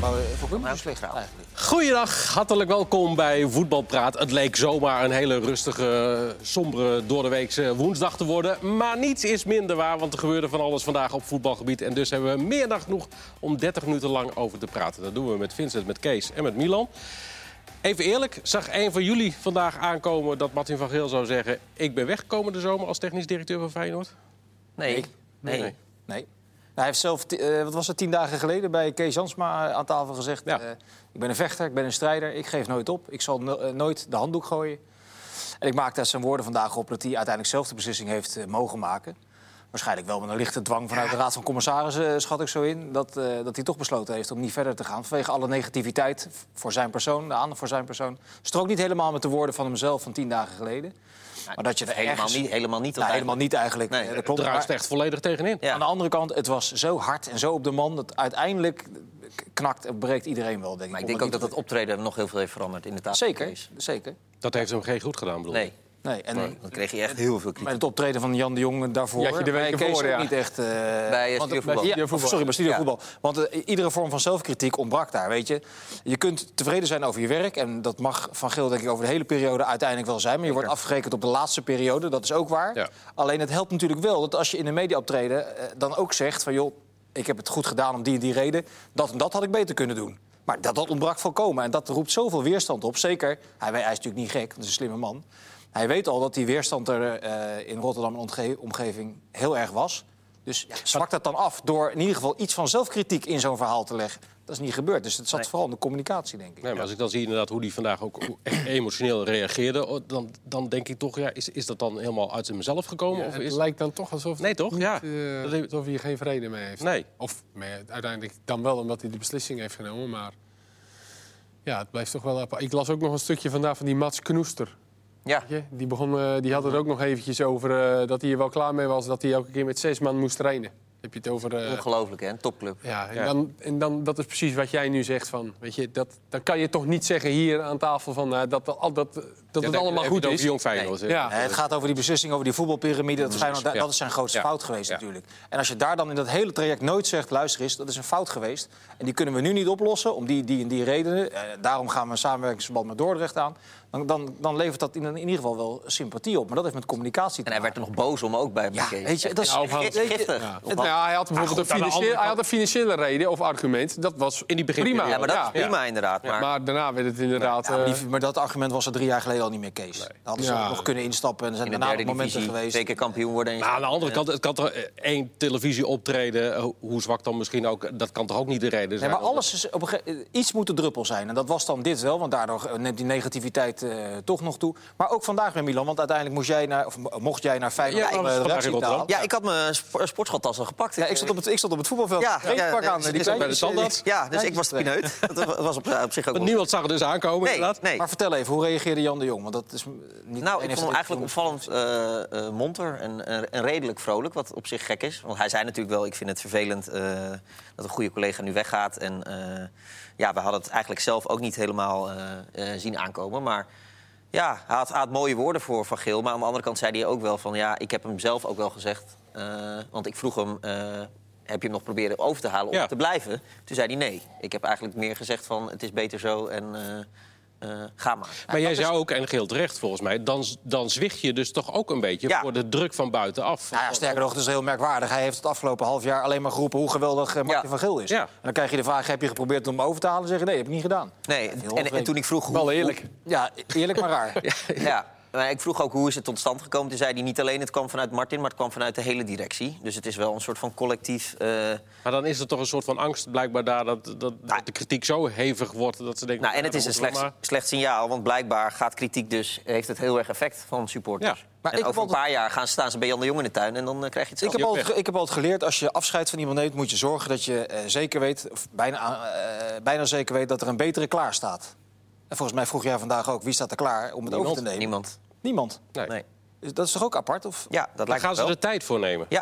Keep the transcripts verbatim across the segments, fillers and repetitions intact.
Maar voor Club is slecht eigenlijk. Goeiedag, hartelijk welkom bij Voetbalpraat. Het leek zomaar een hele rustige, sombere, doordeweekse woensdag te worden. Maar niets is minder waar, want er gebeurde van alles vandaag op voetbalgebied. En dus hebben we meer dan genoeg om dertig minuten lang over te praten. Dat doen we met Vincent, met Kees en met Milan. Even eerlijk, zag een van jullie vandaag aankomen dat Martin van Geel zou zeggen... ik ben weg komende zomer als technisch directeur van Feyenoord? Nee. Nee. Nee. nee. nee. Hij heeft zelf, uh, wat was het, tien dagen geleden bij Kees Jansma aan tafel gezegd... Ja. Uh, ik ben een vechter, ik ben een strijder, ik geef nooit op. Ik zal no- uh, nooit de handdoek gooien. En ik maak daar zijn woorden vandaag op dat hij uiteindelijk zelf de beslissing heeft uh, mogen maken. Waarschijnlijk wel met een lichte dwang vanuit de Raad van Commissarissen, uh, schat ik zo in. Dat, uh, dat hij toch besloten heeft om niet verder te gaan. Vanwege alle negativiteit voor zijn persoon, de aandacht voor zijn persoon. Strookt niet helemaal met de woorden van hemzelf van tien dagen geleden. Maar dat je er helemaal, ergens... niet, helemaal niet. Nou, helemaal niet eigenlijk. Nee, dat klopt. Het druist echt volledig tegenin. Ja. Aan de andere kant, het was zo hard en zo op de man... dat uiteindelijk knakt en breekt iedereen wel, denk ik. Maar ik denk ook dat het optreden nog heel veel heeft veranderd in de taal. Zeker, zeker. Dat heeft hem geen goed gedaan, bedoel ik. Nee. Nee, en nee, dan kreeg je echt heel veel kritiek. Met het optreden van Jan de Jong daarvoor... Ja, je de week Kees ervoor, ja. niet echt... Uh, bij uh, studiovoetbal. Ja, ja, sorry, bij studiovoetbal. Ja. Want uh, iedere vorm van zelfkritiek ontbrak daar, weet je. Je kunt tevreden zijn over je werk... en dat mag Van Geel denk ik over de hele periode uiteindelijk wel zijn... maar je wordt afgerekend op de laatste periode, dat is ook waar. Ja. Alleen het helpt natuurlijk wel dat als je in de media optreden... Uh, dan ook zegt van, joh, ik heb het goed gedaan om die en die reden... dat en dat had ik beter kunnen doen. Maar dat, dat ontbrak volkomen en dat roept zoveel weerstand op. Zeker, hij, hij is natuurlijk niet gek, dat is een slimme man... Hij weet al dat die weerstand er uh, in Rotterdam en omge- omgeving heel erg was. Dus ja, zwakt dat dan af door in ieder geval iets van zelfkritiek in zo'n verhaal te leggen. Dat is niet gebeurd, dus het zat nee. vooral in de communicatie, denk ik. Nee, maar als ik dan zie inderdaad hoe hij vandaag ook echt emotioneel reageerde... Dan, dan denk ik toch, ja, is, is dat dan helemaal uit hemzelf gekomen? Ja, of het is... lijkt dan toch alsof, nee, toch? Niet, ja. uh, dat heeft... alsof hij er geen vrede mee heeft. Nee. Of mee, uiteindelijk dan wel omdat hij de beslissing heeft genomen, maar... Ja, het blijft toch wel... Ik las ook nog een stukje vandaag van die Mats Knoester... Ja. Die, begon, uh, die had het ook nog eventjes over uh, dat hij er wel klaar mee was... dat hij elke keer met zes man moest trainen. Heb je het over... Uh... Ongelooflijk, hè? Een topclub. Ja, en, ja. Dan, en dan, dat is precies wat jij nu zegt. Van, weet je, dat, dan kan je toch niet zeggen hier aan tafel van, uh, dat, dat, dat, dat ja, het allemaal goed is. Jong Feyenoord, nee. ja. Nee, het gaat over die beslissing, over die voetbalpyramide. Dat, Feyenoord, dat, ja. dat is zijn grootste ja. fout geweest ja. natuurlijk. En als je daar dan in dat hele traject nooit zegt... luister eens, dat is een fout geweest. En die kunnen we nu niet oplossen, om die, die en die redenen. Uh, daarom gaan we een samenwerkingsverband met Dordrecht aan. Dan, dan, dan levert dat in, in ieder geval wel sympathie op. Maar dat heeft met communicatie te En hij werd er nog boos om ook bij ja, weet je, dat is ja, giftig. Ja. Het, nou, hij had bijvoorbeeld goed, een, financiële, kant... hij had een financiële reden of argument. Dat was in die begin prima. Ja, maar dat ja. is prima inderdaad. Ja. Maar... maar daarna werd het inderdaad... Ja, maar, die, maar dat argument was er drie jaar geleden al niet meer, Kees. Nee. Hadden ze ja. nog kunnen instappen en er zijn in daarna de momenten divisie, geweest. Zeker kampioen worden. En maar aan de andere kant, het kan toch één televisie optreden, hoe zwak dan misschien ook, dat kan toch ook niet de reden zijn? Nee, maar alles is op een ge- iets moet de druppel zijn. En dat was dan dit wel, want daardoor neemt die negativiteit uh, toch nog toe. Maar ook vandaag met Milan, want uiteindelijk moest jij naar, of mocht jij naar Feyenoord ja, om de reactie te halen. Ja, ik had mijn sp- sportschooltas al gepakt. Ja, ik stond op het, ik stond op het voetbalveld. Ja, Geen ja, pak ja, aan. ja, Die is ook bij de standaard. Ja, dus ik was de pineut. Dat was op, op zich ook wel. Niemand zag er dus aankomen, nee, inderdaad. Nee. Maar vertel even, hoe reageerde Jan de Jong? Want dat is niet nou, ik vond hem eigenlijk opvallend uh, uh, monter en, uh, en redelijk vrolijk, wat op zich gek is. Want hij zei natuurlijk wel, ik vind het vervelend uh, dat een goede collega nu weggaat. En uh, ja, we hadden het eigenlijk zelf ook niet helemaal uh, uh, zien aankomen. Maar ja, hij had, hij had mooie woorden voor Van Geel. Maar aan de andere kant zei hij ook wel van, ja, ik heb hem zelf ook wel gezegd. Uh, want ik vroeg hem, uh, heb je hem nog proberen over te halen om ja. te blijven? Toen zei hij nee. Ik heb eigenlijk meer gezegd van, het is beter zo en... Uh, Uh, ga maar. Maar jij zou ook, en geheel terecht volgens mij... dan, dan zwicht je dus toch ook een beetje ja. voor de druk van buitenaf. Nou ja, sterker nog, het is heel merkwaardig. Hij heeft het afgelopen half jaar alleen maar geroepen... hoe geweldig uh, Martin ja. van Geel is. Ja. En dan krijg je de vraag, heb je geprobeerd om hem over te halen? Zeggen nee, heb ik niet gedaan. Nee, en, en toen ik vroeg... Wel eerlijk. Hoe, ja, eerlijk maar raar. ja, ja. Maar ik vroeg ook hoe is het tot stand gekomen. Toen zei hij niet alleen het kwam vanuit Martin, maar het kwam vanuit de hele directie. Dus het is wel een soort van collectief... Uh... Maar dan is er toch een soort van angst blijkbaar daar... dat, dat, nou, dat de kritiek zo hevig wordt dat ze denken... Nou, en het is een slecht, maar... slecht signaal, want blijkbaar gaat kritiek dus... heeft het heel erg effect van supporters. Ja. Maar en over altijd... een paar jaar gaan, staan ze bij Jan de Jong in de tuin en dan uh, krijg je het zelf. Ik heb, altijd, ik heb altijd geleerd, als je afscheid van iemand neemt... moet je zorgen dat je uh, zeker weet, of bijna, uh, bijna zeker weet... dat er een betere klaar staat. En volgens mij vroeg jij vandaag ook, wie staat er klaar om het Niemand, over te nemen? Niemand. Niemand? Nee. nee. Dat is toch ook apart? Of? Ja, dat Daar lijkt gaan ze wel. de tijd voor nemen. Ja.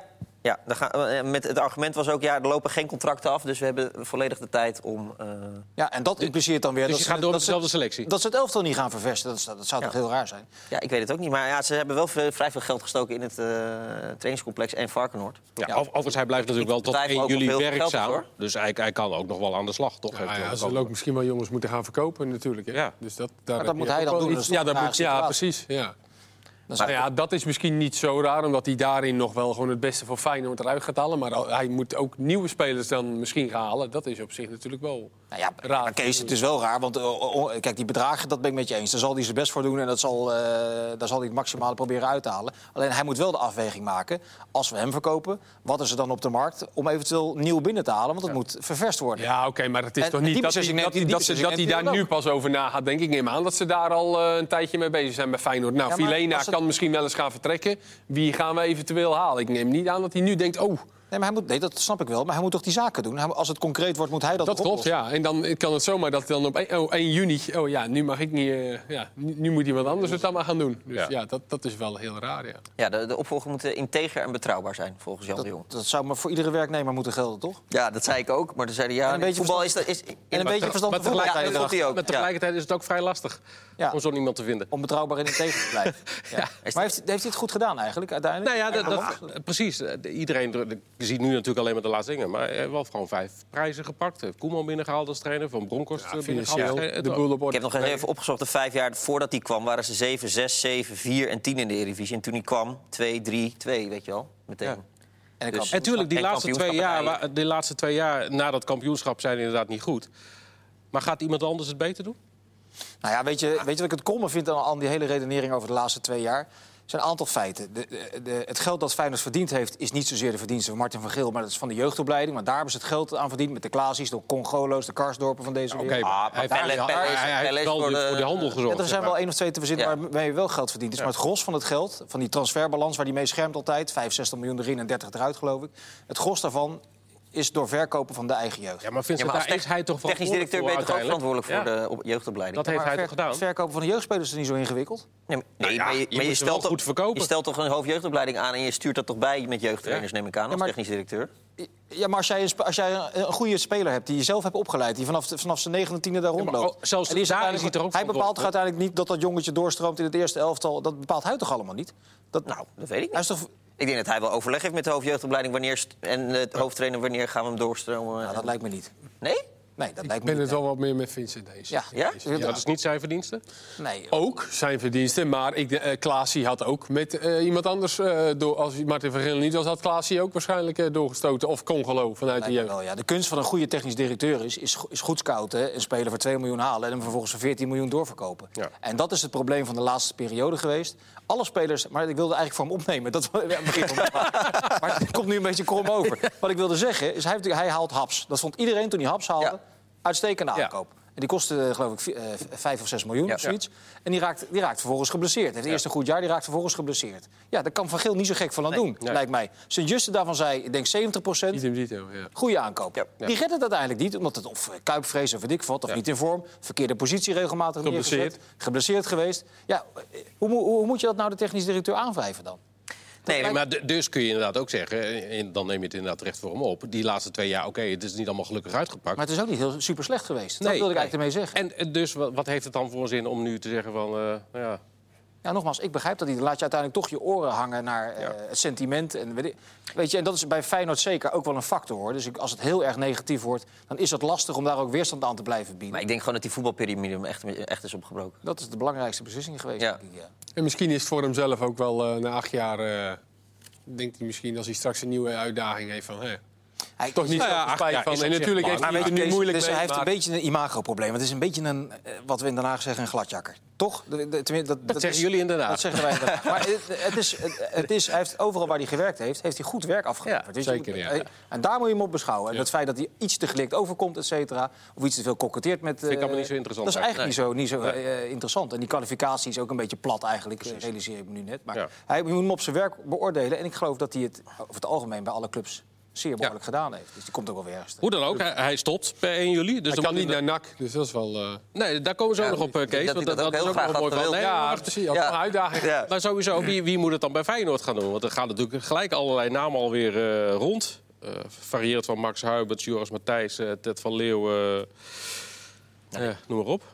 Ja, dan gaan, met het argument was ook, ja, er lopen geen contracten af, dus we hebben volledig de tijd om... Uh... Ja, en dat impliceert dan weer... Dus dat je gaat door met dezelfde ze, selectie? Dat ze het elftal niet gaan verversen, dat, dat zou ja. toch heel raar zijn? Ja, ik weet het ook niet, maar ja, ze hebben wel veel, vrij veel geld gestoken in het uh, trainingscomplex en Varkenoord. Ja, ja. Overigens, hij blijft natuurlijk wel tot één juli werkzaam, geld, dus hij, hij kan ook nog wel aan de slag, toch? Ja, ja, ze zullen ook misschien wel jongens moeten gaan verkopen natuurlijk. Hè? Ja. Dus dat, daar maar dat moet hij dan doen. Iets, ja, dat moet, ja, precies. Ja. Dat is, ja, dat is misschien niet zo raar, omdat hij daarin nog wel gewoon het beste voor Feyenoord eruit gaat halen. Maar hij moet ook nieuwe spelers dan misschien gaan halen. Dat is op zich natuurlijk wel nou ja, raar. Maar Kees, het is wel raar, want uh, oh, kijk, die bedragen, dat ben ik met je eens. Daar zal hij zijn best voor doen en dat zal, uh, daar zal hij het maximale proberen uit te halen. Alleen hij moet wel de afweging maken, als we hem verkopen, wat is er dan op de markt om eventueel nieuw binnen te halen, want dat ja. moet ververst worden. Ja, oké, okay, maar het is en, toch niet dat hij dat, dat, dat, dat hij daar nu ook. pas over na gaat, denk ik. Neem aan dat ze daar al uh, een tijdje mee bezig zijn bij Feyenoord. Nou, ja, Vilena het... kan misschien wel eens gaan vertrekken. Wie gaan we eventueel halen? Ik neem niet aan dat hij nu denkt, oh... Nee, maar hij moet, nee, dat snap ik wel. Maar hij moet toch die zaken doen? Hij, als het concreet wordt, moet hij dat Dat klopt, ja. En dan kan het zomaar dat dan op één juni... Oh ja, nu mag ik niet... Uh, ja, nu, nu moet iemand anders het dan maar gaan doen. Dus ja, ja dat, dat is wel heel raar, ja. Ja, de, de opvolger moet integer en betrouwbaar zijn, volgens Jan dat, de Jong. Dat zou maar voor iedere werknemer moeten gelden, toch? Ja, dat zei ik ook. Maar toen zeiden ja, een voetbal is... Dat, is en een ja, beetje verstand maar van voetbal. Ja, dat hij ook. Maar tegelijkertijd is het ook vrij lastig ja. om zo'n iemand te vinden. Om betrouwbaar en integer te blijven. ja. Ja. Maar heeft, heeft hij het goed gedaan eigenlijk, uiteindelijk? Nou ja, dat, dat, precies. Iedereen je ziet nu natuurlijk alleen maar de laatste dingen. Maar hij heeft wel gewoon vijf prijzen gepakt. Heeft Koeman binnengehaald als trainer, Van Bronckhorst ja, binnengehaald. Ja, de boel op orde. Ik heb nog eens even opgezocht. De vijf jaar voordat hij kwam waren ze zeven, zes, zeven, vier en tien in de Eredivisie. En toen hij kwam, twee, drie, twee, weet je wel. Meteen. Ja. En dus, natuurlijk, die, laatste twee jaar, die laatste twee jaar na dat kampioenschap zijn inderdaad niet goed. Maar gaat iemand anders het beter doen? Nou ja, weet je, weet je wat ik het kommer vind aan, aan die hele redenering over de laatste twee jaar? Er zijn een aantal feiten. De, de, de, het geld dat Feyenoord verdiend heeft is niet zozeer de verdienste van Martin van Geel, maar dat is van de jeugdopleiding. Want daar hebben ze het geld aan verdiend met de Klaasies, de Congolo's, de Karsdorpen van deze wereld. Oké, okay, hij, hij, hij, hij, hij heeft wel voor de, voor de handel gezorgd. Ja, er zijn wel één of twee te verzinnen ja. waarmee je wel geld verdient. Dus ja. Maar het gros van het geld, van die transferbalans waar die mee schermt altijd, vijfenzestig miljoen erin en dertig eruit geloof ik. Het gros daarvan is door verkopen van de eigen jeugd. Ja, maar, Vincent, ja, maar daar is hij toch technisch directeur ben je toch ook verantwoordelijk voor ja. de jeugdopleiding? Dat heeft ja, hij ver, toch gedaan? Het verkopen van de jeugdspelers is niet zo ingewikkeld. Nee, maar, nee, nou ja, maar je, je, maar je, stelt toch, goed verkopen. je stelt toch een hoofdjeugdopleiding aan en je stuurt dat toch bij met jeugdtrainers, ja. neem ik aan, als ja, maar, technisch directeur? Ja, maar als jij, een, als jij een goede speler hebt die je zelf hebt opgeleid, die vanaf, vanaf zijn negentiende daar rondloopt. Ja, zelfs en die is daar is hij, er ook hij bepaalt toch uiteindelijk niet dat dat jongetje doorstroomt in het eerste elftal. Dat bepaalt hij toch allemaal niet? Dat, nou, dat weet ik niet. Hij is toch... Ik denk dat hij wel overleg heeft met de hoofdjeugdopleiding wanneer en de hoofdtrainer wanneer gaan we hem doorstromen. Nou, dat lijkt me niet. Nee? Nee, dat ik lijkt me ben niet, het wel wat meer met Vincent eens. Ja? Ja? ja? Dat is niet zijn verdienste? Nee. Ook zijn verdiensten, maar ik, uh, Klaasie had ook met uh, iemand anders... Uh, door, als Martin van Geel niet was, had Klaasie ook waarschijnlijk uh, doorgestoten. Of Congolo vanuit lijkt de jeugd. Wel, ja. De kunst van een goede technisch directeur is, is, is goed scouten... een speler voor twee miljoen halen en hem vervolgens voor veertien miljoen doorverkopen. Ja. En dat is het probleem van de laatste periode geweest. Alle spelers, maar ik wilde eigenlijk voor hem opnemen. Dat begint maar, maar het komt nu een beetje krom over. Wat ik wilde zeggen, is hij, hij haalt Haps. Dat vond iedereen toen hij Haps haalde. Ja. Uitstekende aankoop. Ja. En die kostte, geloof ik, vijf of zes miljoen ja. of zoiets. En die raakt, die raakt vervolgens geblesseerd. Het ja. eerste goed jaar, die raakt vervolgens geblesseerd. Ja, daar kan Van Geel niet zo gek van aan nee. doen, nee. lijkt mij. Sint-Juste daarvan zei, ik denk zeventig procent. Ja. Goede aankoop. Ja. Ja. Die redt het uiteindelijk niet, omdat het of kuipvrees of weet ik wat, of ja. niet in vorm. Verkeerde positie regelmatig geblesseerd. neergezet. Geblesseerd geweest. Ja, hoe, hoe, hoe moet je dat nou de technisch directeur aanwrijven dan? Nee, nee, maar dus kun je inderdaad ook zeggen, en dan neem je het inderdaad recht voor hem op... die laatste twee jaar, oké, okay, het is niet allemaal gelukkig uitgepakt. Maar het is ook niet heel super slecht geweest. Nee, dat wilde ik nee. eigenlijk ermee zeggen. En dus wat heeft het dan voor zin om nu te zeggen van... Uh, nou ja... Ja, nogmaals, ik begrijp dat niet. Dan laat je uiteindelijk toch je oren hangen naar ja. uh, het sentiment. En, weet, ik, weet je, en dat is bij Feyenoord zeker ook wel een factor, hoor. Dus ik, als het heel erg negatief wordt, dan is het lastig om daar ook weerstand aan te blijven bieden. Maar ik denk gewoon dat die voetbalpyramide echt, echt is opgebroken. Dat is de belangrijkste beslissing geweest, ja. denk ik, ja. En misschien is het voor hemzelf ook wel uh, na acht jaar... Uh, denkt hij misschien als hij straks een nieuwe uitdaging heeft van... Hè, hij, toch niet nou ja, spijt van. En natuurlijk heeft hij het nu moeilijk dus mee. Hij heeft maar... een beetje een imagoprobleem. Het is een beetje een, wat we in Den Haag zeggen, een gladjakker. Toch? De, de, de, dat, dat, dat zeggen is, jullie in Den Haag. Dat zeggen wij in Den Haag. Maar het, het is, het, het is, hij heeft overal waar hij gewerkt heeft, heeft hij goed werk afgeleverd. Ja, dus zeker, je, ja. En daar moet je hem op beschouwen. En ja. Het feit dat hij iets te gelikt overkomt, et cetera, of iets te veel koketteert met... Vind ik allemaal niet zo interessant. Dat is eigenlijk nee. niet zo, niet zo nee. uh, interessant. En die kwalificatie is ook een beetje plat eigenlijk, Precies. realiseer ik me nu net. Maar ja. hij moet hem op zijn werk beoordelen. En ik geloof dat hij het over het algemeen bij alle clubs zeer behoorlijk ja. gedaan heeft. Dus die komt ook wel weer ergens. Hoe dan ook, hij, hij stopt per één juli. Dus hij kan niet naar N A C, dus dat is wel... Uh... Nee, daar komen we zo ja, nog op, uh, Kees. Dat, want dat, dat, dat is ook wel mooi van. Nee, ja, precies. Als ja. een uitdaging. Ja. Maar sowieso, wie, wie moet het dan bij Feyenoord gaan doen? Want er gaan natuurlijk gelijk allerlei namen alweer uh, rond. Uh, varieert van Max Huiberts, Joris Matthijs, uh, Ted van Leeuwen... Uh, nee. uh, noem maar op.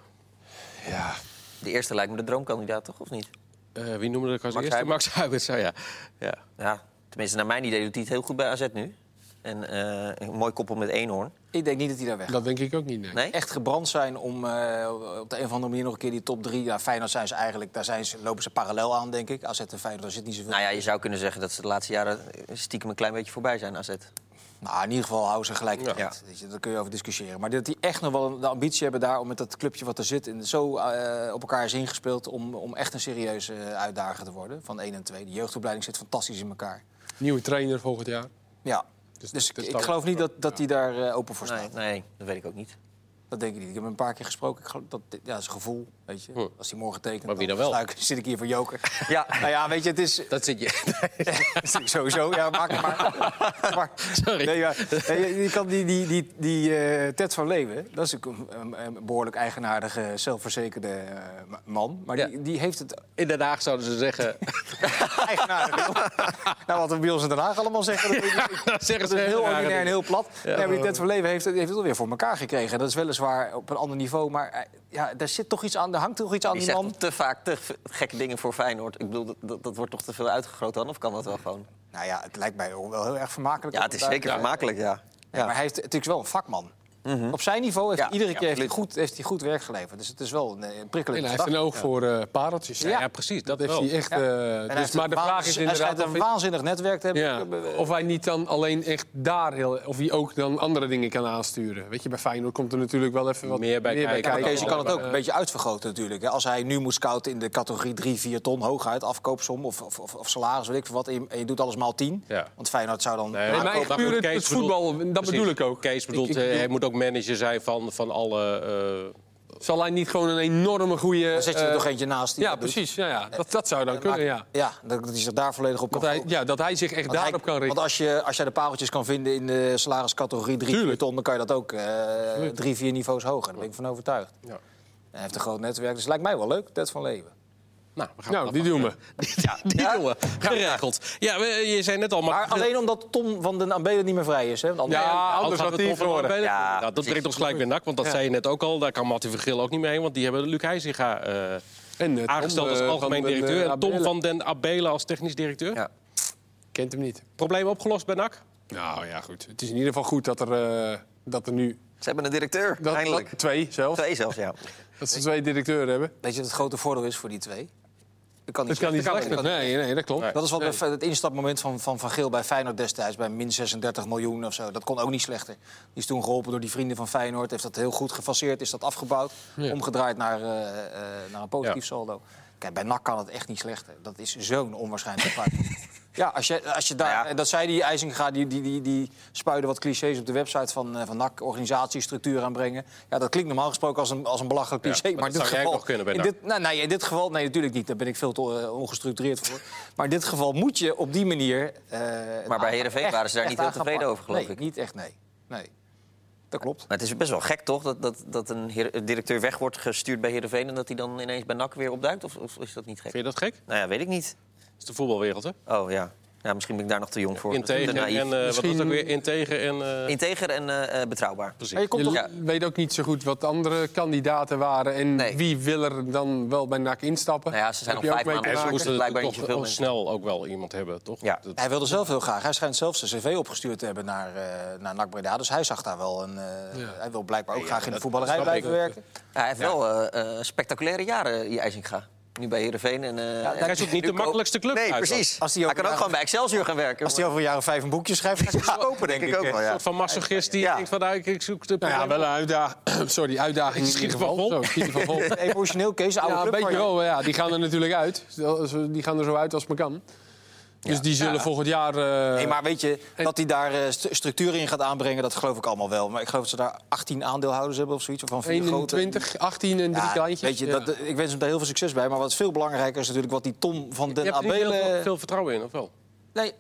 Ja. De eerste lijkt me de droomkandidaat, toch? Of niet? Uh, wie noemde ik als Max eerste? Max Huiberts, oh, ja. ja. Ja. Tenminste, naar mijn idee doet hij het heel goed bij A Z nu. En uh, een mooi koppel met Eenhoorn. Ik denk niet dat hij daar weg gaat. Dat denk ik ook niet, nee. nee? Echt gebrand zijn om uh, op de een of andere manier nog een keer die top drie... Ja, Feyenoord zijn ze eigenlijk, daar zijn ze, lopen ze parallel aan, denk ik. A Z en Feyenoord, daar zit niet zoveel... Nou ja, je zou kunnen zeggen dat ze de laatste jaren stiekem een klein beetje voorbij zijn, A Z. Nou, in ieder geval houden ze gelijk. Ja. Ja. Daar kun je over discussiëren. Maar dat die echt nog wel de ambitie hebben daar om met dat clubje wat er zit... en zo uh, op elkaar is ingespeeld om, om echt een serieuze uitdager te worden. Van één en twee. De jeugdopleiding zit fantastisch in elkaar. Nieuwe trainer volgend jaar. Ja. Dus, dus ik, ik geloof niet dat, dat die daar uh, open voor staat. Nee, nee, dat weet ik ook niet. Dat denk ik niet. Ik heb hem een paar keer gesproken. Ik geloof, dat, ja, dat is een gevoel, weet je. Hm. Als hij morgen tekent, maar wie dan, dan wel? Ik, zit ik hier voor joker. Ja. Nou ja, weet je, het is... Dat zit je... Sowieso, ja, maak het maar. maar Sorry. Nee, ja, je, je kan die, die, die, die uh, Ted van Leeuwen, dat is een, een, een behoorlijk eigenaardige, zelfverzekerde uh, man. Maar ja. die, die heeft het... In Den Haag zouden ze zeggen... Eigenaardig. Nou, wat we bij ons in Den Haag allemaal zeggen... Dat, dat zeggen ze heel ordinair en heel plat. Ja. Nee, maar die Ted van Leeuwen heeft, heeft het alweer voor elkaar gekregen. En dat is weliswaar op een ander niveau, maar ja, daar zit toch iets aan, er hangt toch iets aan die, die man. Die zegt te vaak te gekke dingen voor Feyenoord. Ik bedoel, dat, dat, dat wordt toch te veel uitgegroot dan? Of kan dat wel gewoon? Nou ja, het lijkt mij wel heel erg vermakelijk. Ja, het is zeker vermakelijk, ja. ja. ja. Maar hij heeft natuurlijk wel een vakman. Mm-hmm. Op zijn niveau heeft ja, iedere keer ja, heeft hij, goed, heeft hij goed werk geleverd. Dus het is wel een, een prikkelende En hij heeft een oog ja. voor uh, pareltjes. Ja, ja, precies. Dat, dat heeft hij echt. Uh, ja. Dus, maar de waans, vraag is inderdaad... Hij een waanzinnig netwerk te hebben. Ja. Of hij niet dan alleen echt daar heel... Of hij ook dan andere dingen kan aansturen. Weet je, bij Feyenoord komt er natuurlijk wel even wat meer bij meer kijken. kijken. Kees, je kan het ook uh, een beetje uitvergroten natuurlijk. Als hij nu moet scouten in de categorie drie, vier ton hooguit, afkoopsom of, of, of, of salaris, weet ik veel wat. En je, en je doet alles maal tien. Ja. Want Feyenoord zou dan... Nee, maar echt puur het, het voetbal, dat precies. bedoel ik ook. Kees bedoelt, ik, ik, hij moet ook manager zijn van, van alle... Uh, Zal hij niet gewoon een enorme goede... Dan zet je er uh, toch eentje naast. Die ja, precies. Ja, ja. Dat, dat zou dan uh, kunnen, ja. Ja, dat hij zich daar volledig op kan hij, Ja, dat hij zich echt want daarop hij, kan richten. Want als je, als je de pareltjes kan vinden in de salariscategorie drie, vier ton... dan kan je dat ook uh, drie, vier niveaus hoger. Daar ben ik van overtuigd. Ja. Hij heeft een groot netwerk, dus het lijkt mij wel leuk, Ted van Leeuwen. Nou, we gaan nou die doen we. Ja, die ja? doen we. Geregeld. Ja, je zei net al... Maar, maar alleen omdat Tom van den Abelen niet meer vrij is. Hè? Want ja, ja, anders had hij verloren. Ja, nou, dat brengt ons gelijk weer nak, want dat ja. zei je net ook al. Daar kan Mattie Vergil ook niet mee heen, want die hebben Luc Heisinga uh, en, uh, aangesteld Tom, als algemeen uh, directeur. En Tom van den Abelen als technisch directeur. Ja. Kent hem niet. Probleem opgelost bij N A C? Nou ja, goed. Het is in ieder geval goed dat er, uh, dat er nu... Ze hebben een directeur, dat, eindelijk. Dat, twee zelfs. Twee zelfs, ja. Dat ze twee directeuren hebben. Weet je wat het grote voordeel is voor die twee? Dat kan niet, dat kan niet slechter. Kan nee, nee, dat klopt. Nee. Dat is wat nee. het instapmoment van Van, van Geel bij Feyenoord destijds... bij min zesendertig miljoen of zo. Dat kon ook niet slechter. Die is toen geholpen door die vrienden van Feyenoord. Heeft dat heel goed gefaseerd, is dat afgebouwd. Ja. Omgedraaid naar, uh, uh, naar een positief ja. saldo. Kijk, bij N A C kan het echt niet slechter. Dat is zo'n onwaarschijnlijk fout. Ja, als je, als je daar... Ja. Dat zei die IJzinga, die, die, die, die spuide wat clichés op de website van, uh, van N A C. Organisatiestructuur aanbrengen. Ja, dat klinkt normaal gesproken als een, als een belachelijk cliché. Ja, maar, maar dat dit zou geval, jij nog kunnen bij in dit, nou, nee, in dit geval... Nee, natuurlijk niet. Daar ben ik veel te uh, ongestructureerd voor. Maar in dit geval moet je op die manier... Uh, maar bij Heerenveen waren ze daar niet heel tevreden over, geloof nee, ik. niet echt, nee. nee. Dat klopt. Maar het is best wel gek, toch? Dat, dat, dat een heer, directeur weg wordt gestuurd bij Heerenveen... en dat hij dan ineens bij N A C weer opduikt? Of, of is dat niet gek? Vind je dat gek? Nou ja, weet ik niet. Dat is de voetbalwereld, hè? Oh, ja. Ja, misschien ben ik daar nog te jong voor. Integer en, uh, misschien... wat was het ook weer? Integer en... Uh... Integer en uh, betrouwbaar. Precies. Je, je toch... ja. weet ook niet zo goed wat de andere kandidaten waren... en nee. wie wil er dan wel bij N A C instappen. Nou ja, ze zijn al vijf maanden. Ze moesten blijkbaar niet zoveel snel ook wel iemand hebben, toch? Ja. Dat... Hij wilde zelf heel graag. Hij schijnt zelf zijn cv opgestuurd te hebben naar, uh, naar N A C Breda. Dus hij zag daar wel een... Uh, ja. Hij wil blijkbaar ook ja, graag in de voetballerij blijven werken. Ja, hij heeft ja. wel uh, uh, spectaculaire jaren, die IJzinga. Nu bij Heerenveen. En, uh, ja, hij is ook niet de makkelijkste club. Nee, precies. Als hij, hij kan ook gewoon bij Excelsior gaan werken. Als hij over een jaar of vijf een boekje schrijft, gaat hij ja, kopen, denk ik. Ook wel, ja. Een soort van masochist die ja. denkt van, nou, ik zoek de... Nou ja, wel een uitdaging. Sorry, uitdaging in ieder geval. Zo, van vol. Emotioneel, Kees, oude ja, club. Een beetje wel, ja. Die gaan er natuurlijk uit. Die gaan er zo uit als maar kan. Dus ja. die zullen ja. volgend jaar... Uh... Nee, maar weet je, dat hij daar uh, structuur in gaat aanbrengen... dat geloof ik allemaal wel. Maar ik geloof dat ze daar achttien aandeelhouders hebben of zoiets. Of van eenentwintig, grote... achttien en drie ja, kleintjes. Weet je, ja. dat, ik wens hem daar heel veel succes bij. Maar wat veel belangrijker is natuurlijk wat die Tom van den Abelen... Je hebt er niet veel, veel vertrouwen in, of wel? Nee.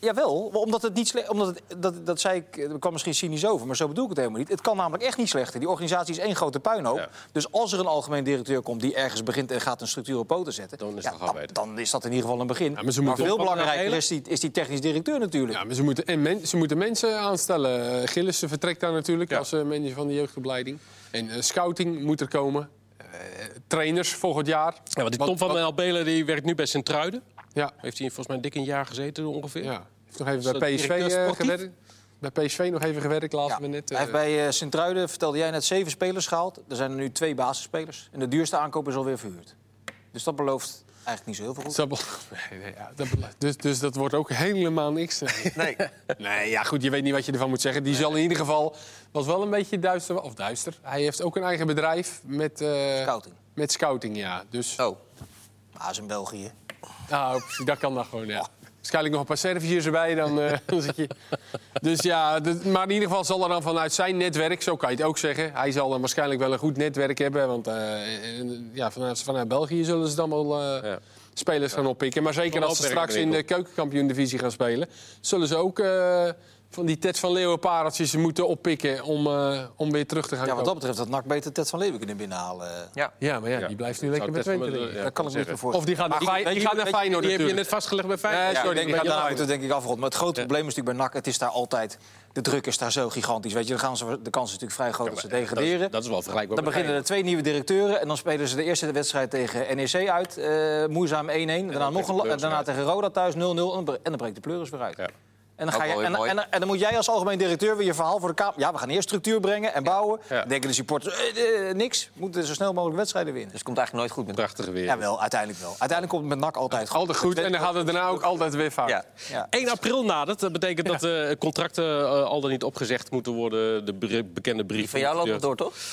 Jawel, omdat het niet slecht... Omdat het, dat, dat zei ik, dat kwam misschien cynisch over, maar zo bedoel ik het helemaal niet. Het kan namelijk echt niet slechter. Die organisatie is één grote puinhoop. Ja. Dus als er een algemeen directeur komt die ergens begint en gaat een structuur op poten zetten... Dan is, ja, dan, dan is dat in ieder geval een begin. Ja, maar maar veel belangrijker is die, is die technisch directeur natuurlijk. Ja, maar ze moeten, en men, ze moeten mensen aanstellen. Uh, Gillissen vertrekt daar natuurlijk ja. als uh, manager van de jeugdopleiding. En uh, scouting moet er komen. Uh, trainers volgend jaar. Ja, want die Tom wat, van den Albelen die werkt nu bij Sint-Truiden. Ja. Heeft hij volgens mij dik een jaar gezeten ongeveer. Ja. Heeft nog even bij P S V uh, gewerkt. Bij P S V nog even gewerkt, laten ja. we net. Uh... Hij heeft bij uh, Sint-Truiden, vertelde jij net, zeven spelers gehaald. Er zijn er nu twee basisspelers. En de duurste aankoop is alweer verhuurd. Dus dat belooft eigenlijk niet zo heel veel goed. Dat be... nee, nee, ja, dat be... dus, dus dat wordt ook helemaal niks. Nee. nee, ja goed, je weet niet wat je ervan moet zeggen. Die nee. zal in ieder geval, was wel een beetje duister, of duister. Hij heeft ook een eigen bedrijf met... Uh, scouting. Met scouting, ja. Dus... Oh, maar is in België. Nou, dat kan dan gewoon, ja. Waarschijnlijk nog een paar serviërs erbij, dan, uh, dan zit je... Dus ja, de, maar in ieder geval zal er dan vanuit zijn netwerk, zo kan je het ook zeggen... hij zal dan waarschijnlijk wel een goed netwerk hebben... want uh, ja, vanuit, vanuit België zullen ze dan wel uh, ja. spelers gaan oppikken. Maar zeker als ze straks in de keukenkampioen-divisie gaan spelen... zullen ze ook uh, van die Ted van Leeuwen pareltjes moeten oppikken... om, uh, om weer terug te gaan Ja, wat dat betreft had N A C beter Ted van Leeuwen kunnen binnenhalen. Ja, ja maar ja, ja. die blijft nu lekker bij Twente. Ja, dat kan ik me niet voorstellen. Of die gaat naar, die, die gaat naar Feyenoord. Die heb je net vastgelegd bij Feyenoord. Ja, sorry, ja, die gaat daaruit, dat denk ik afrond. Maar het grote ja. probleem is natuurlijk bij N A C... het is daar altijd... de druk is daar zo gigantisch. Weet je, dan gaan ze, de kans is natuurlijk vrij groot ja, dat ze degraderen. Dat is, dat is wel vergelijkbaar. Dan beginnen er twee nieuwe directeuren... en dan spelen ze de eerste wedstrijd tegen N E C uit. Uh, moeizaam één-één. Daarna, nog een, en daarna tegen Roda thuis nul nul. En dan breekt de pleuris weer uit. Ja. En dan, ga je, en, en, en dan moet jij als algemeen directeur weer je verhaal voor de Kamer... Ja, we gaan eerst structuur brengen en bouwen. Ja. Dan denken de supporters, eh, eh, niks. We moeten zo snel mogelijk wedstrijden winnen. Dus het komt eigenlijk nooit goed met prachtige weer. Ja, wel, uiteindelijk wel. Uiteindelijk komt het met N A C altijd goed. Altijd goed en dan gaat het daarna ook altijd weer fout. Ja. Ja. één april nadert. Dat betekent ja. dat uh, contracten uh, al dan niet opgezegd moeten worden. De be- bekende brief. Die van jou loopt nog door, toch?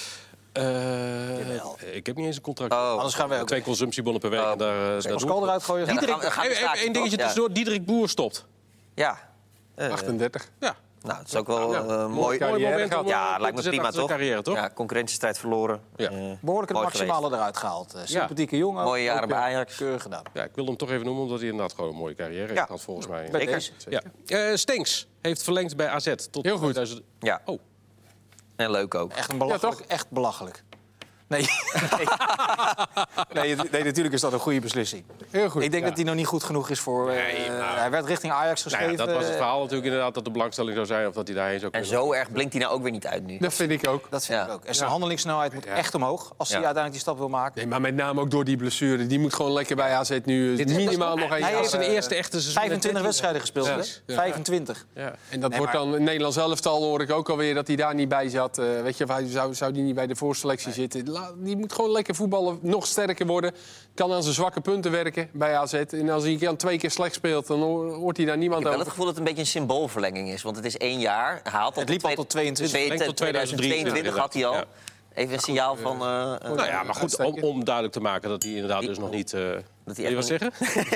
Uh, ik heb niet eens een contract. Oh. Anders gaan we ook. Twee consumptiebonnen per week. Oh. En daar, uh, daar Pascal eruit gooien. Ja, Diederik, gaan, gaan even één dingetje tussendoor. Ja. Diederik Boer stopt. Ja. Uh, achtendertig. Ja. Nou, het is ook wel een uh, mooi, mooi moment om, ja, lijkt me prima, toch? Carrière, toch? Ja, concurrentiestijd verloren. Ja. Uh, Behoorlijk het maximale geweest. Eruit gehaald. Uh, sympathieke ja. jongen. Mooie jaren bij Ajax. Keurig gedaan. Ja, ik wil hem toch even noemen, omdat hij inderdaad gewoon een mooie carrière ja. had, volgens mij. Bij deze. Ja. Uh, Stenks heeft verlengd bij A Z tot heel goed. tweeduizend... Ja. Oh. En leuk ook. Echt een belachelijk. Ja, echt belachelijk. Nee. nee. nee, natuurlijk is dat een goede beslissing. Heel goed. Ik denk ja. dat hij nog niet goed genoeg is voor... Uh, nee, nou, hij werd richting Ajax geschreven. Nou ja, dat was het verhaal natuurlijk inderdaad, dat de belangstelling zou zijn... of dat hij daarheen zou kunnen. En zo erg blinkt hij nou ook weer niet uit nu. Dat vind ik ook. Dat vind ja. ik ook. En zijn ja. handelingssnelheid moet ja. echt omhoog... als hij ja. uiteindelijk die stap wil maken. Nee, maar met name ook door die blessure. Die moet gewoon lekker bij A Z nu Dit minimaal nog één. Hij heeft zijn eerste echte seizoen... vijfentwintig wedstrijden gespeeld, ja. Ja. vijfentwintig. Ja. En dat nee, wordt dan... In Nederlands elftal hoor ik ook alweer dat hij daar niet bij zat. Uh, weet je, hij zou, zou die niet bij de voorselectie nee. zitten. La, die moet gewoon lekker voetballen, nog sterker worden. Kan aan zijn zwakke punten werken bij A Z. En als hij dan twee keer slecht speelt, dan hoort hij daar niemand over. Ik heb wel het gevoel dat het een beetje een symboolverlenging is. Want het is één jaar. Hij haalt het liep al tot tweeëntwintig. Tot tweeduizend tweeëntwintig had hij al. Ja. Even een signaal van... Uh, uh, nou ja, maar goed, om, om duidelijk te maken dat hij inderdaad die, dus nog niet... Uh, dat hij wat zeggen?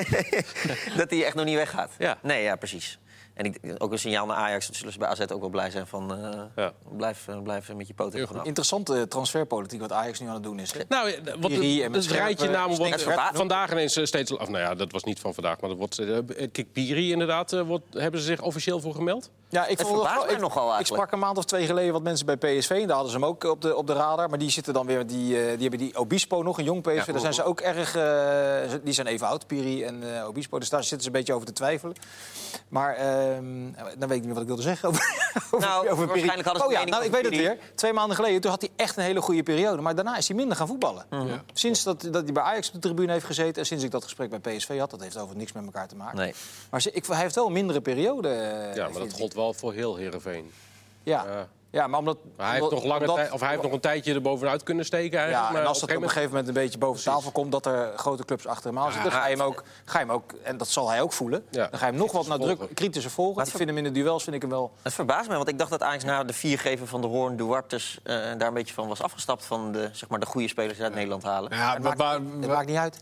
Dat hij echt nog niet weggaat. Ja. Nee, ja, precies. En ik, ook een signaal naar Ajax, dat zullen ze bij A Z ook wel blij zijn van... Uh, ja. blijf, uh, blijf met je poten vanaf. Interessante transferpolitiek wat Ajax nu aan het doen is. Nou, wat het, het rijtje namen wordt uh, vandaag ineens steeds... Of nou ja, dat was niet van vandaag, maar dat wordt... Uh, Kikpiri inderdaad, uh, wordt, hebben ze zich officieel voor gemeld? Ja, ik, vond het ik, nogal ik sprak een maand of twee geleden wat mensen bij P S V... en daar hadden ze hem ook op de, op de radar. Maar die zitten dan weer... Die, uh, die hebben die Obispo nog, een jong P S V. Ja, daar zijn ze ook erg... Uh, die zijn even oud, Piri en uh, Obispo. Dus daar zitten ze een beetje over te twijfelen. Maar... Uh, dan weet ik niet meer wat ik wilde zeggen over, nou, over waarschijnlijk hadden ze oh, ja, nou, ik weet het weer. Twee maanden geleden toen had hij echt een hele goede periode. Maar daarna is hij minder gaan voetballen. Mm-hmm. Ja. Sinds dat, dat hij bij Ajax op de tribune heeft gezeten... en sinds ik dat gesprek bij P S V had... dat heeft over niks met elkaar te maken. Nee. Maar ik, hij heeft wel een mindere periode. Ja, maar dat gold wel voor heel Heerenveen. Ja. ja. Ja, maar omdat, maar hij, heeft omdat, nog lange omdat, tij, of hij heeft nog een tijdje er bovenuit kunnen steken. Eigenlijk, ja, maar en als op het op een gegeven moment een beetje boven tafel komt... dat er grote clubs achter hem aan zitten, ja, ga, je hem ook, ga je hem ook... en dat zal hij ook voelen, ja. dan ga je hem nog wat nadrukkelijk kritischer volgen. Ik vind hem in de duels vind ik hem wel... Het verbaast me, want ik dacht dat Ajax na de viergever van de Hoorn, Duartes... Uh, daar een beetje van was afgestapt van de, zeg maar, de goede spelers uit ja. Nederland halen. Ja, het, maakt, het maakt niet uit.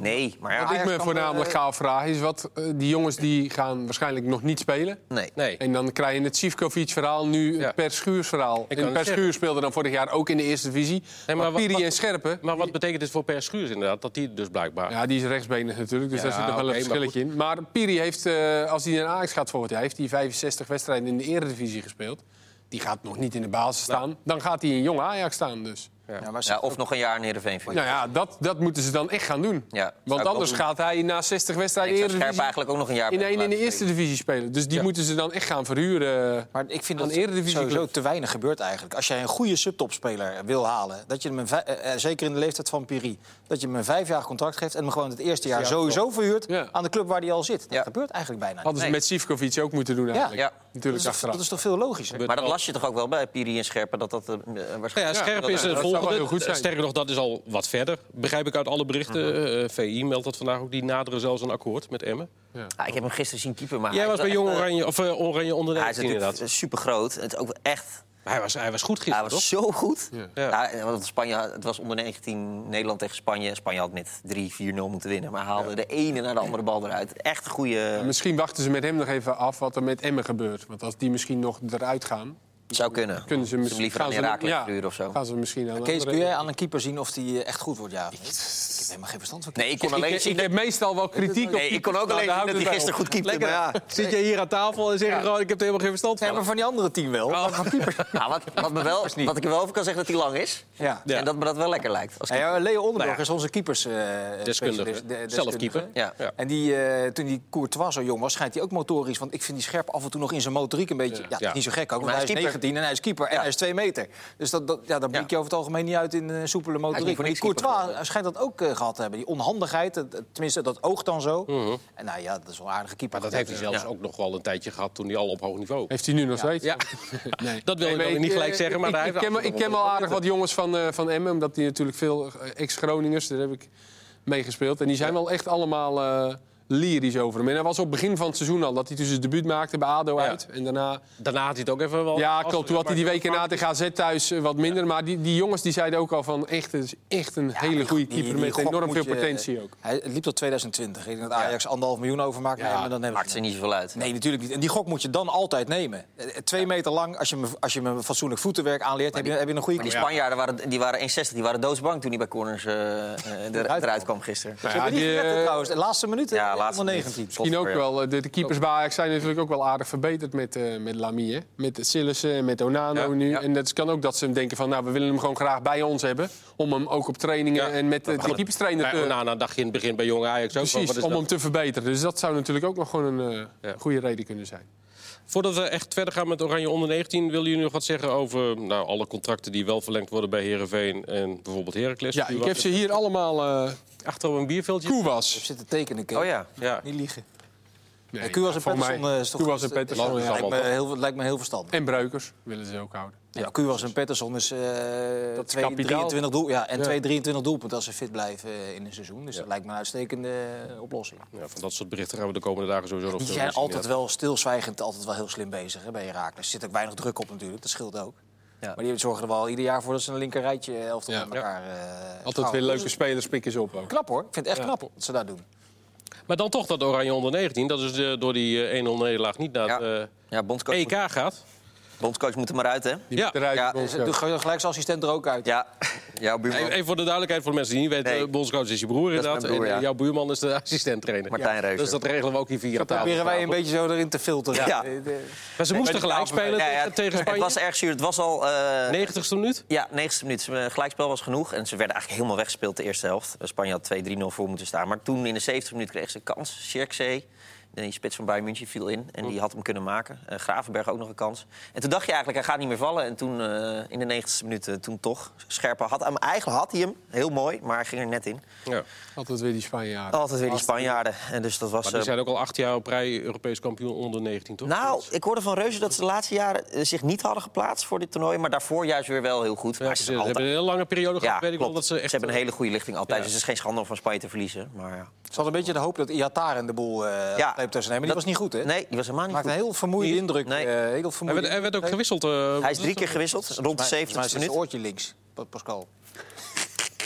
Nee, maar ja, Wat ik Ajax me kan, voornamelijk uh, ga afvragen is... wat uh, die jongens die gaan waarschijnlijk nog niet spelen. nee. Nee. En dan krijg je het Sivkovic-verhaal, nu Ja. het Per Schuurs-verhaal. Ik kan En Per het Schuurs zeggen. speelde dan vorig jaar ook in de eerste divisie. Nee, maar maar wat- Piri wat- en Scherpen... Maar wat betekent dit voor Per Schuurs inderdaad? Dat die dus blijkbaar... Ja, die is rechtsbenig natuurlijk, dus Ja, daar zit nog wel oké, een verschilletje in. Maar Piri heeft, uh, als hij naar Ajax gaat volgend jaar... heeft hij vijfenzestig wedstrijden in de Eredivisie gespeeld. Die gaat nog niet in de basis staan. Dan gaat hij in jong Ajax staan dus. Ja, maar Ja, of nog een jaar in Heerenveen. vind ik. Nou ja, dat, dat moeten ze dan echt gaan doen. Ja, zou Want ik ook anders doen. gaat hij na zestig wedstrijden Ik zou Scherpen Eredivisie... eigenlijk ook nog een jaar in bij één in de laten eerste spelen. divisie spelen. Dus die moeten ze dan echt gaan verhuren. Maar ik vind Aan dat Eredivisie sowieso club. te weinig gebeurt eigenlijk. Als jij een goede subtopspeler wil halen, dat je hem een vij- eh, zeker in de leeftijd van Piri, dat je hem een vijfjarig contract geeft en hem gewoon het eerste jaar Ja, sowieso verhuurt Ja. aan de club waar hij al zit. Dat Ja. gebeurt eigenlijk bijna niet. Hadden ze Nee. met Sivkovic ook moeten doen eigenlijk. Ja. Dat Natuurlijk is, toch, achteraf. dat is toch veel logischer? Maar dat las je toch ook wel bij Piri en Scherpen? Dat dat uh, waarschijnlijk... Nou ja, Scherpen is dat- het dat zou wel volgende. heel goed zijn. Sterker nog, dat is al wat verder. Begrijp ik uit alle berichten. Uh, V I meldt dat vandaag ook. Die naderen zelfs een akkoord met Emmen. Ah, ik heb hem gisteren zien keeper, maar Jij hij was is bij wel Jong echt, uh, Oranje, of uh, Oranje onder Hij is negentien natuurlijk inderdaad. super groot. Het is ook echt... Maar hij was, hij was goed Hij gisteren, was toch? zo goed. Ja. Ja, want Spanje, het was onder negentien Nederland tegen Spanje. Spanje had met drie vier nul moeten winnen. Maar haalde de ene naar de andere bal eruit. Echt een goede... Ja, misschien wachten ze met hem nog even af wat er met Emmen gebeurt. Want als die misschien nog eruit gaan... Zou kunnen. kunnen ze Ze misschien liever aan gaan ze- Herakles ja, verhuren of zo. gaan ze misschien aan een Kees, andere- kun jij aan een keeper zien of die echt goed wordt? Ja, ik heb helemaal geen verstand van. Nee, ik kon alleen Ik, zien... ik heb meestal wel kritiek op Nee, ik kon ook keepers, alleen maar zien daar dat hij houdt het gisteren bij goed keepte. Maar ja, Zit je hier aan tafel en zeg je gewoon, ik heb er helemaal geen verstand Ja, van. maar van die andere team wel. Maar van keepers. Nou, wat, wat, me wel, wat ik er wel over kan zeggen dat hij lang is. Ja. Ja. En dat me dat wel lekker lijkt. Als Ja, ja, Leo Onderburg Nou ja. is onze keepers eh, Deskundige. specialist, de- Zelf deskundige. keeper. Ja. Ja. En die, eh, toen die Courtois zo jong was, schijnt hij ook motorisch. Want ik vind die Scherp af en toe nog in zijn motoriek een beetje... Ja, dat is Ja. niet zo gek ook, want Maar hij hij is is keeper. negentien en hij is keeper en Ja. hij is twee meter. Dus dat, dat, ja, dan blik je Ja. over het algemeen niet uit in een soepele motoriek. niet voor Maar die niks keeper Courtois schijnt dat ook eh, gehad te hebben. Die onhandigheid, het- het- tenminste dat oogt dan zo. Mhm. En nou ja, dat is wel een aardige keeper. Maar dat heeft hij zelfs Ja. ook nog wel een tijdje gehad toen hij al op hoog niveau... Heeft hij nu nog steeds? Ja, Nee. dat wil Nee, ik maar dan niet gelijk eh, zeggen, maar ik, daar ik, heeft ken, wel- ik ken wel aardig wat jongens van, eh, van Emmen, omdat die natuurlijk veel eh, ex-Groningers, daar heb ik mee gespeeld. En die zijn wel echt allemaal eh, lyrisch over hem. En hij was op het begin van het seizoen al, dat hij dus zijn debuut maakte bij ADO Ja. uit. En daarna, Daarna had hij het ook even wel... ja klopt, toen had hij die weken na tegen A Z thuis eh, wat minder. Maar die, die jongens die zeiden ook al van, echt, het is echt een hele die- goede die- keeper die met gok enorm moet veel je- potentie ook. Hij het liep tot twintig twintig. Ik denk dat Ajax anderhalf miljoen overmaakt. Ja, Nee, maar dan hebben maakt ze niet zoveel uit. Nee, natuurlijk niet. En die gok moet je dan altijd nemen. Eh, Twee meter lang, als je me, als je me fatsoenlijk voetenwerk aanleert, heb je, heb je een goede Maar die keeper. Spanjaarden waren, die waren één zestig, die waren doodsbang toen hij bij corners eh, eh, er- eruit kwam gisteren. Nou Ze hebben ja, die die, gered, eh, trouwens. De laatste minuten, Ja, ja, laatste onder minuut. negentien. Misschien ook Ja. wel. De, de keepers bij Ajax zijn natuurlijk ook wel aardig verbeterd met, eh met Lamy. Hè? Met Sillissen en met Onano Ja, nu. ja. En dat kan ook dat ze denken van, nou, we willen hem gewoon graag bij ons hebben. Om hem ook op trainingen Ja. en met de, de keeperstrainer Bij te... Onana dacht je in het begin bij Jong Ajax ook wel. Precies, Wat is om dat? hem te verbeteren. Dus dat zou natuurlijk ook nog gewoon een eh, Ja. goede reden kunnen zijn. Voordat we echt verder gaan met Oranje onder negentien... willen jullie nog wat zeggen over nou, alle contracten die wel verlengd worden bij Heerenveen en bijvoorbeeld Heracles? Ja, ik heb ze hier allemaal... eh Achter op een bierveldje. Koewas. Zitten tekenen, Kees. Oh ja. Ja. Niet liegen. Nee, Ja, Kuwas en voor mij- Pettersson eh, is toch... Kuwas en is- Pettersson, ja, ja. lijkt, me allemaal heel, lijkt me heel verstandig. En Breukers willen ze ook houden. Ja, Kuwas en Pettersson is, eh Dat is twee, kapitaal. drieëntwintig doel, ja, en Ja. twee drieëntwintig doelpunten als ze fit blijven eh, in een seizoen. Dus dat lijkt me een uitstekende eh, oplossing. Ja, van dat soort berichten gaan we de komende dagen sowieso nog Die veel zijn meer zien, altijd ja. wel stilzwijgend, altijd wel heel slim bezig hè, bij Heracles. Er zit ook weinig druk op natuurlijk, dat scheelt ook. Ja. Maar die zorgen er wel ieder jaar voor dat ze een linker rijtje elftal Ja. met elkaar eh Altijd schouwen. weer leuke Dus spelers pikken ze op ook. knap hoor, ik vind het echt knap wat ze daar doen. Maar dan toch dat Oranje onder negentien... dat is de, door die eh, één nul nederlaag niet naar het Ja. eh, Ja, bondscoach, E K moet, gaat. bondscoach moet er maar uit, hè? Die Ja. moet eruit, Ja, de Dus bondscoach. doe gelijk zijn assistent er ook uit. Ja, jouw buurman Even even voor de duidelijkheid voor de mensen die niet weten... Nee. Nee. bondscoach is je broer is inderdaad. mijn broer, en ja. jouw buurman is de assistent-trainer. Martijn Ja. Reuser. Dus dat regelen we ook hier via Dat tafel. proberen wij een beetje zo erin te filteren. Ja. De- de- Maar ze moesten gelijk spelen Ja, ja, tegen, tegen het Spanje. was erg zuur. Het was al... eh, negentigste minuut. Ja, negentigste minuut. Een gelijkspel was genoeg. En ze werden eigenlijk helemaal weggespeeld de eerste helft. Spanje had twee drie nul voor moeten staan. Maar toen in de zeventigste minuut kreeg ze een kans. Zirkzee, die spits van Bayern München, viel in. En die had hem kunnen maken. Uh, Gravenberg ook nog een kans. En toen dacht je eigenlijk, hij gaat niet meer vallen. En toen uh, in de negentigste minuut, uh, toen toch. Scherpen had hem, eigenlijk had hij hem. Heel mooi, maar hij ging er net in. Ja. Altijd weer die Spanjaarden. Altijd weer die Spanjaarden. En dus dat was... Maar die uh, zijn ook al acht jaar op rij Europees kampioen onder negentien, toch? Nou, ik hoorde van Reuzen dat ze de laatste jaren uh, zich niet hadden geplaatst voor dit toernooi. Maar daarvoor juist weer wel heel goed. Ja, maar ze, ze ze zijn altijd... hebben een hele lange periode gehad. Ja, weet ik wel, klopt. dat ze echt... Ze hebben een hele goede lichting altijd. Ja. Dus het is geen schande om van Spanje te verliezen. Maar ja. Ze hadden een beetje de hoop dat Iataren de boel uh, Ja, sleep tussen nemen. Maar die dat- was niet goed, hè? Nee, die was helemaal niet Maakte goed. een heel vermoeide indruk. Nee. eh, heel Hij vermoeide werd, hij werd ook indruk. gewisseld. uh, Hij is drie keer gewisseld, rond de Volgens mij zeventigste is het minuut. oortje links, Pa- Pascal.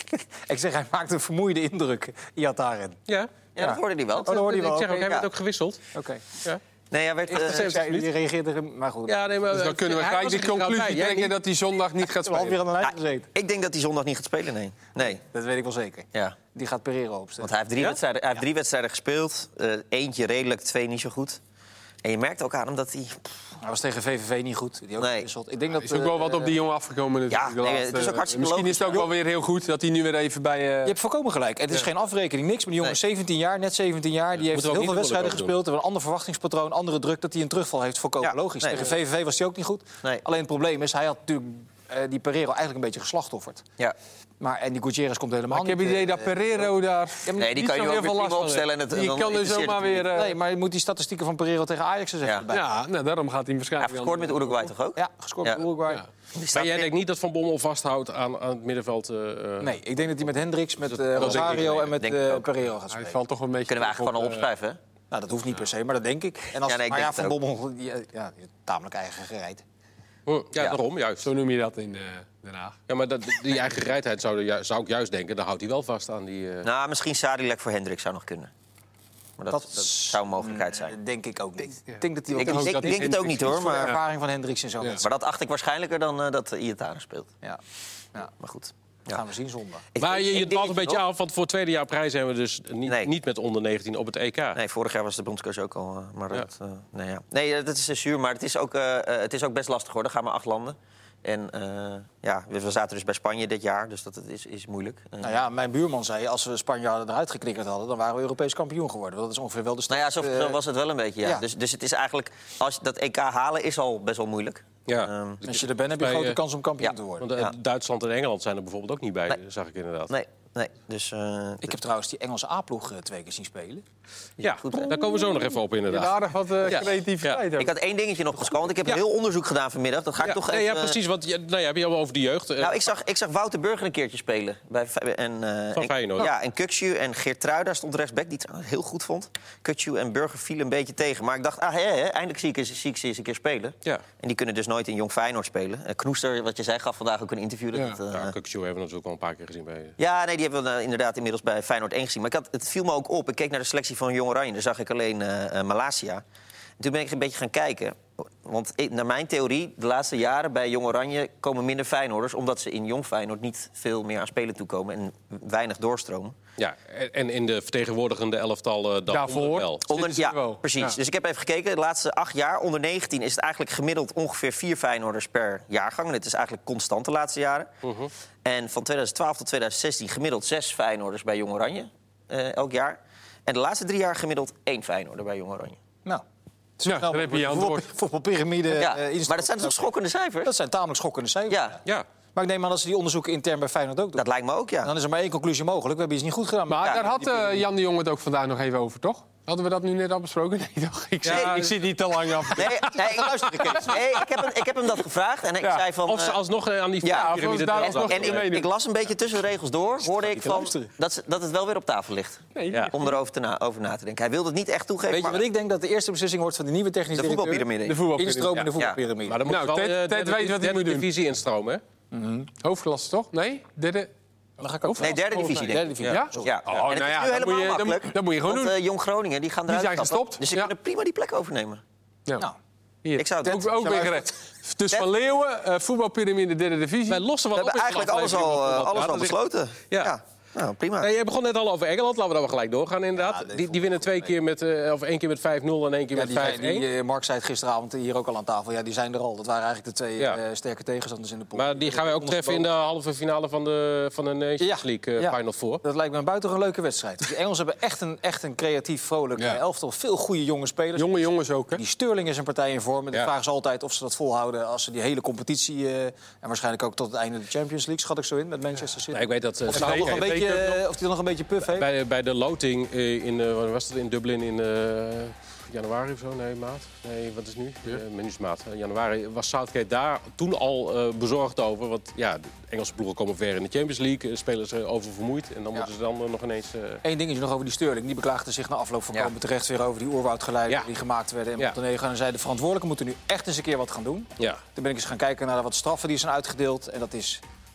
Ik zeg, hij maakt een vermoeide indruk, Ihattaren. Ja? Ja, dat hoorde hij wel. Oh, dat hoorde hij wel. Ik zeg ook, Okay. hij werd Ja. ook gewisseld. Oké. Okay. Ja. Nee, hij werd... Uh, zeventig Je reageerde er... Maar goed. Ja, nee, maar, Dus dan kunnen we hij gelijk was de er trouwens conclusie bij. Jij trekken niet? dat hij zondag niet gaat We hebben alweer spelen. aan de lijn gezeten. ik denk dat hij zondag niet gaat spelen, nee. Nee, Dat weet ik wel zeker. ja. Die gaat Pereiro opstellen. Want hij heeft drie, Ja? wedstrijden, hij heeft drie wedstrijden gespeeld. Uh, eentje redelijk, twee niet zo goed. En je merkt ook aan hem dat hij... Hij was tegen V V V niet goed. Die ook Nee. gewisseld. Ik denk Er dat, is ook wel eh, wat op die jongen afgekomen natuurlijk. Ja, de nee, laatste- het is ook hartstikke Misschien is het ook logisch, wel weer heel goed dat hij nu weer even bij... uh, Je hebt volkomen gelijk. Het is geen afrekening, niks. Maar die jongen is Nee. zeventien jaar, net zeventien jaar. Die heeft moeten we heel ook veel niet wedstrijden moeilijk over gespeeld. Hebben een ander verwachtingspatroon, andere druk. Dat hij een terugval heeft, volkomen Ja, logisch. nee, Tegen nee. V V V was hij ook niet goed. Nee. Alleen het probleem is, hij had natuurlijk uh, die Pereiro eigenlijk een beetje geslachtofferd. Ja. Maar, en die Gutierrez komt helemaal ik heb niet. het idee eh, dat Pereiro daar... Nee, die niet kan zo je heel ook weer veel last prima van opstellen. En heeft. het, en Die dan kan er interesseert zomaar het weer... uh, Nee, maar je moet die statistieken van Pereiro tegen Ajax eens even Ja. bij. ja, nou, daarom gaat hij Hij waarschijnlijk... heeft gescoord met Uruguay toch ook? Ja, gescoord Ja. met Uruguay. Ja. Die staat Maar jij erin. denkt niet dat Van Bommel vasthoudt aan, aan het middenveld? Uh, Nee, ik denk dat hij met Hendricks, met uh, denk ik Rosario niet. en met Denk ik uh, ook. Pereiro gaat Hij spelen. valt toch een beetje... Kunnen we eigenlijk gewoon al op, uh, opschrijven, hè? Nou, dat hoeft niet per se, maar dat denk ik. En als, Ja, nee, ik maar ja, denk Van het ook. Bommel, die, uh, ja, die is tamelijk eigen gereid. hm, ja, Ja. daarom, juist. Zo noem je dat in uh, Den Haag. Ja, maar dat, die eigen gereidheid zou, ju- zou ik juist denken. Daar houdt hij wel vast aan die... Uh... Nou, misschien Sadilek voor Hendrik zou nog kunnen. Maar dat, Dat dat zou een mogelijkheid zijn. Dat denk ik ook niet. Ja. Ik denk dat hij Ik, ook ik, niet ik dat denk het ook niet, hoor. voor de Maar, ervaring van Hendricks en zo. Ja. maar dat acht ik waarschijnlijker dan uh, dat Ihattaren speelt. Ja. Ja. Maar goed. Dat gaan we zien zondag. Ik- Maar je, ik- je ik dwaalt denk een beetje nog- af, want voor het tweede jaar prijs zijn we dus niet, Nee. niet met onder negentien op het E K. Nee, vorig jaar was de bondscoach ook al. Uh, maar Ja. dat, uh, nee, ja. nee, uh, dat is uh, zuur, maar het is, ook, uh, uh, het is ook best lastig, hoor. Er gaan maar acht landen. En uh, ja, we, we zaten dus bij Spanje dit jaar, dus dat is, is moeilijk. Uh, Nou ja, mijn buurman zei, als we Spanjaarden eruit geknikkerd hadden, dan waren we Europees kampioen geworden. Dat is ongeveer wel de nou ja, zo, stand, zo eh, was het wel een beetje, ja. ja. Dus, dus het is eigenlijk... Als dat E K halen is al best wel moeilijk. Ja. Ehm, Als je er bent, heb je een Bij, grote eh, kans om kampioen ja. te worden. Want uh, Ja. Duitsland en Engeland zijn er bijvoorbeeld ook niet bij, Nee. zag ik inderdaad. nee, nee. Dus, uh, Ik heb trouwens die Engelse A-ploeg uh, twee keer zien spelen. Ja, goed, hè? daar komen we zo nog even op Je hebt inderdaad. aardig wat uh, Ja. creativiteit. Ja. ik had één dingetje nog gescoord, want ik heb Ja. een heel onderzoek gedaan vanmiddag. Dat ga ik Ja, toch nee, even... ja, precies. Want ja, nou ja, heb je al over de jeugd. Uh, Nou, ik zag, ik zag Wouter Burger een keertje spelen. Bij, en, uh, Van en, Feyenoord. Ja, en Kukçu en Geertruida stond rechtsback, die het trouwens heel goed vond. Kukçu en Burger vielen een beetje tegen. Maar ik dacht, ah, hè, hè, eindelijk zie ik, eens, zie ik ze eens een keer spelen. ja. En die kunnen dus nooit in Jong Feyenoord spelen. Uh, Knoester, wat je zei, gaf vandaag ook een interview. Dat Ja. het, uh, Ja, Kukçu hebben we natuurlijk al een paar keer gezien bij... ja, nee, die hebben we uh, inderdaad inmiddels bij Feyenoord één gezien. Maar ik had, het viel me ook op. Ik keek naar de selectie van Jong Oranje. Daar zag ik alleen uh, uh, Malasia. En toen ben ik een beetje gaan kijken. Want ik, naar mijn theorie, de laatste jaren bij Jong Oranje komen minder Feyenoorders, omdat ze in Jong Feyenoord niet veel meer aan spelen toekomen en weinig doorstromen. Ja, en in de vertegenwoordigende elftal uh, Daarvoor. wel. Onder, Zitten ze ja, er wel. precies. Ja. Dus ik heb even gekeken. De laatste acht jaar, onder negentien, is het eigenlijk gemiddeld ongeveer vier Feyenoorders per jaargang. En het is eigenlijk constant de laatste jaren. Uh-huh. En van tweeduizend twaalf tot tweeduizend zestien gemiddeld zes Feyenoorders bij Jong Oranje. Uh, elk jaar. En de laatste drie jaar gemiddeld één Feyenoorder bij Jong Oranje. Nou, Ja, daar heb je je antwoord. voetbalpyramide. Ja, uh, maar dat zijn toch schokkende cijfers? Dat zijn tamelijk schokkende cijfers. Ja, Ja, Maar ik neem aan dat ze die onderzoeken intern bij Feyenoord ook doen. dat lijkt me ook, ja. Dan is er maar één conclusie mogelijk. We hebben iets niet goed gedaan. Maar Ja, daar had die- uh, Jan de Jong het ook vandaag nog even over, toch? Hadden we dat nu net al besproken? Nee, toch? Ik, Ja, zit, ik zit niet te lang af. Nee, nee, ik, luister, nee ik, heb hem, ik heb hem dat gevraagd en ik Ja. zei van... of ze uh, alsnog uh, aan die ja, piramide of daar deel alsnog- zaten. En ik, meedoen. ik las een beetje tussen de regels door, hoorde ik niet te van luisteren. dat, ze- dat het wel weer op tafel ligt. Nee, Ja. Om erover te na, over na te denken. Hij wilde het niet echt toegeven, Weet je maar wat ik denk dat de eerste beslissing wordt van de nieuwe technische de directeur? voetbalpyramide. De voetbalpyramide. Instroom in de Ja. voetbalpyramide. Maar dan moet Nou, je wel Ted- uh, Ted derde- weet wat hij derde moet doen. divisie instromen, hè? Hoofdklasse, toch? Nee? Derde? Dan ga ik ook Nee, derde divisie, denk Derde ik. divisie. Ja? Ja. Oh, En nou het is ja, nu dan helemaal moet je- dan- makkelijk. dan moet je gewoon want, doen. uh, Jong Groningen, die gaan Die eruit zijn stappen. gestopt. Dus ze Ja. kunnen prima die plek overnemen. Ja. Nou, Hier. Ik zou het- ook, ook Zou weer wij- gered. Dus Van Leeuwen, uh, voetbalpyramide, derde divisie. Wij lossen We wat op hebben in eigenlijk deze alles al, aflevering uh, van alles al Voetbalpraat. besloten. Ja. Ja. Nou, prima. Nee, jij begon net al over Engeland. Laten we daar maar gelijk doorgaan, inderdaad. Ja, nee, die, die winnen twee keer met, uh, of één keer met vijf nul en één keer ja, met die, vijf zijn, één. die, uh, Mark zei het gisteravond hier ook al aan tafel. Ja, die zijn er al. Dat waren eigenlijk de twee Ja. uh, sterke tegenstanders in de pool. Maar die gaan wij ook treffen in de halve finale van de, van de Nations Ja. League uh, Ja. Final Four. Dat lijkt me een buitengewoon leuke wedstrijd. Die Engelsen hebben echt een, echt een creatief, vrolijk Ja. uh, elftal. Veel goede jonge spelers. Jonge jongens ook, hè? Die Sterling is een partij in vorm. En de Ja. vraag is altijd of ze dat volhouden als ze die hele competitie... Uh, en waarschijnlijk ook tot het einde de Champions League, schat ik zo in, met Manchester City. Nee, ik weet dat uh, Of, hij nog een Nee, beetje, zeker. uh, of die nog een beetje puff heeft. bij, bij de loting uh, in, uh, wat was dat, in Dublin in uh, januari of zo? Nee, maart? Nee, wat is nu? Ja. Uh, nu is het maart. Uh, januari was Southgate daar toen al uh, bezorgd over. Want ja, de Engelse ploegen komen ver in de Champions League. Uh, spelen ze oververmoeid. En dan Ja. moeten ze dan uh, nog ineens... Uh, Eén dingetje nog over die Sterling. Die beklaagde zich na afloop van Ja. komen terecht weer over die oerwoudgeluiden Ja. die gemaakt werden in Ja. Montenegro. En zei de verantwoordelijken moeten nu echt eens een keer wat gaan doen. ja. Toen ben ik eens gaan kijken naar wat straffen die zijn uitgedeeld. En dat is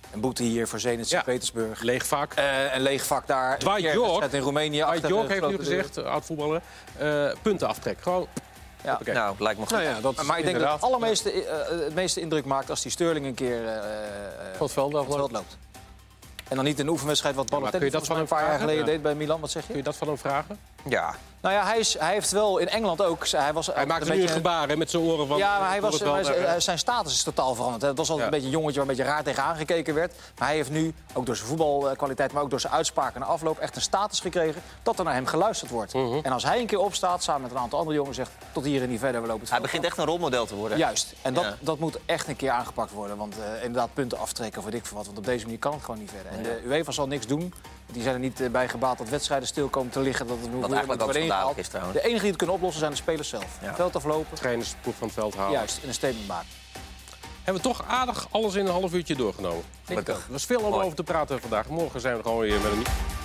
Een boete hier voor Zenit Sint-Petersburg. Ja. Leeg vak. Uh, een leeg vak daar. Dwight York in Roemenië. Dwight York heeft nu gezegd, oud-voetballer, uh, punten aftrek. Gewoon... Ja, okay. Nou, lijkt me goed. Nou ja, dat maar ik denk dat het allermeeste, uh, het meeste indruk maakt als die Sterling een keer uh, van het veld, veld loopt. En dan niet in een oefenwedstrijd wat Balotelli ja, een paar jaar geleden ja. deed bij Milan. Wat zeg je? Kun je dat van hem vragen? Ja. Nou ja, hij, is, hij heeft wel in Engeland ook... Hij, was hij maakt nu een gebaar hè, met zijn oren van... Ja, maar hij was, hij, zijn status is totaal veranderd. Het was altijd ja. een beetje een jongetje waar een beetje raar tegenaan gekeken werd. Maar hij heeft nu, ook door zijn voetbalkwaliteit... maar ook door zijn uitspraken na afloop... echt een status gekregen dat er naar hem geluisterd wordt. Uh-huh. En als hij een keer opstaat, samen met een aantal andere jongens... zegt tot hier en niet verder, we lopen het Hij begint echt een rolmodel te worden. Juist. En dat, ja. dat moet echt een keer aangepakt worden. Want uh, inderdaad, punten aftrekken of weet ik veel wat. Want op deze manier kan het gewoon niet verder. En de UEFA zal niks doen. Die zijn er niet bij gebaat dat wedstrijden stil komen te liggen. Dat het wat eigenlijk ook schandalig is trouwens. De enige die het kunnen oplossen zijn de spelers zelf. Ja. Veld aflopen. Trainers, ploeg van het veld halen. Juist, in een statement maken. Hebben we toch aardig alles in een half uurtje doorgenomen. Gelukkig. Er was veel om over te praten vandaag. Morgen zijn we gewoon weer met een...